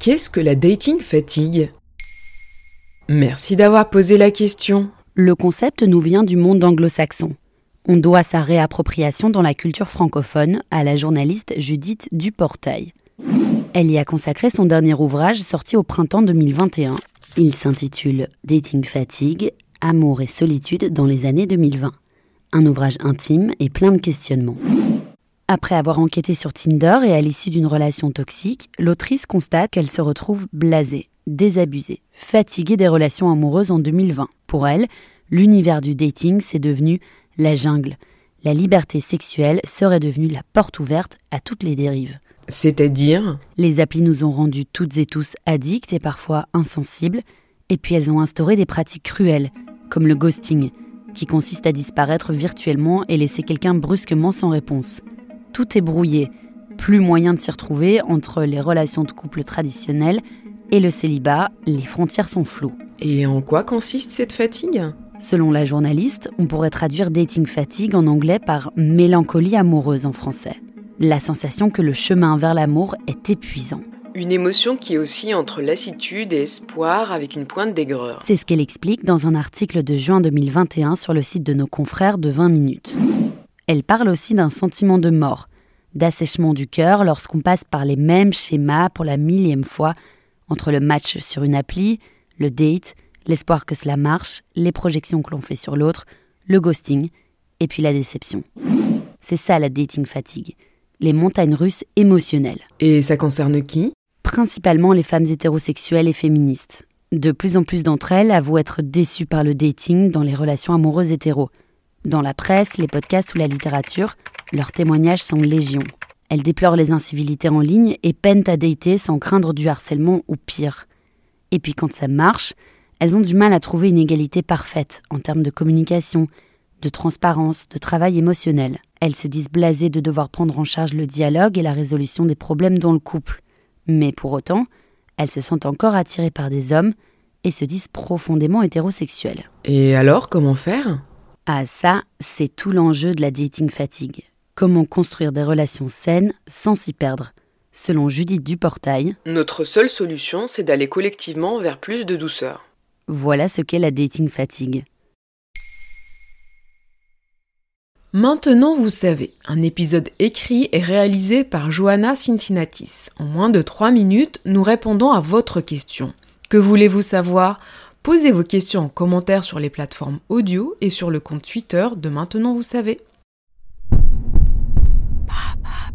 Qu'est-ce que la dating fatigue ? Merci d'avoir posé la question. Le concept nous vient du monde anglo-saxon. On doit sa réappropriation dans la culture francophone à la journaliste Judith Duportail. Elle y a consacré son dernier ouvrage sorti au printemps 2021. Il s'intitule « Dating fatigue, amour et solitude dans les années 2020 ». Un ouvrage intime et plein de questionnements. Après avoir enquêté sur Tinder et à l'issue d'une relation toxique, l'autrice constate qu'elle se retrouve blasée, désabusée, fatiguée des relations amoureuses en 2020. Pour elle, l'univers du dating, c'est devenu la jungle. La liberté sexuelle serait devenue la porte ouverte à toutes les dérives. C'est-à-dire ? Les applis nous ont rendus toutes et tous addicts et parfois insensibles, et puis elles ont instauré des pratiques cruelles, comme le ghosting, qui consiste à disparaître virtuellement et laisser quelqu'un brusquement sans réponse. Tout est brouillé, plus moyen de s'y retrouver entre les relations de couple traditionnelles et le célibat, les frontières sont floues. Et en quoi consiste cette fatigue ? Selon la journaliste, on pourrait traduire dating fatigue en anglais par mélancolie amoureuse en français. La sensation que le chemin vers l'amour est épuisant. Une émotion qui oscille entre lassitude et espoir avec une pointe d'aigreur. C'est ce qu'elle explique dans un article de juin 2021 sur le site de nos confrères de 20 minutes. Elle parle aussi d'un sentiment de mort, d'assèchement du cœur lorsqu'on passe par les mêmes schémas pour la 1000e fois entre le match sur une appli, le date, l'espoir que cela marche, les projections que l'on fait sur l'autre, le ghosting et puis la déception. C'est ça la dating fatigue, les montagnes russes émotionnelles. Et ça concerne qui ? Principalement les femmes hétérosexuelles et féministes. De plus en plus d'entre elles avouent être déçues par le dating dans les relations amoureuses hétéros. Dans la presse, les podcasts ou la littérature, leurs témoignages sont légion. Elles déplorent les incivilités en ligne et peinent à dater sans craindre du harcèlement ou pire. Et puis quand ça marche, elles ont du mal à trouver une égalité parfaite en termes de communication, de transparence, de travail émotionnel. Elles se disent blasées de devoir prendre en charge le dialogue et la résolution des problèmes dans le couple. Mais pour autant, elles se sentent encore attirées par des hommes et se disent profondément hétérosexuelles. Et alors, comment faire ? Ah ça, c'est tout l'enjeu de la dating fatigue. Comment construire des relations saines sans s'y perdre ? Selon Judith Duportail, notre seule solution, c'est d'aller collectivement vers plus de douceur. Voilà ce qu'est la dating fatigue. Maintenant, vous savez, un épisode écrit et réalisé par Johanna Cincinnatis. En moins de 3 minutes, nous répondons à votre question. Que voulez-vous savoir ? Posez vos questions en commentaire sur les plateformes audio et sur le compte Twitter de Maintenant, vous savez.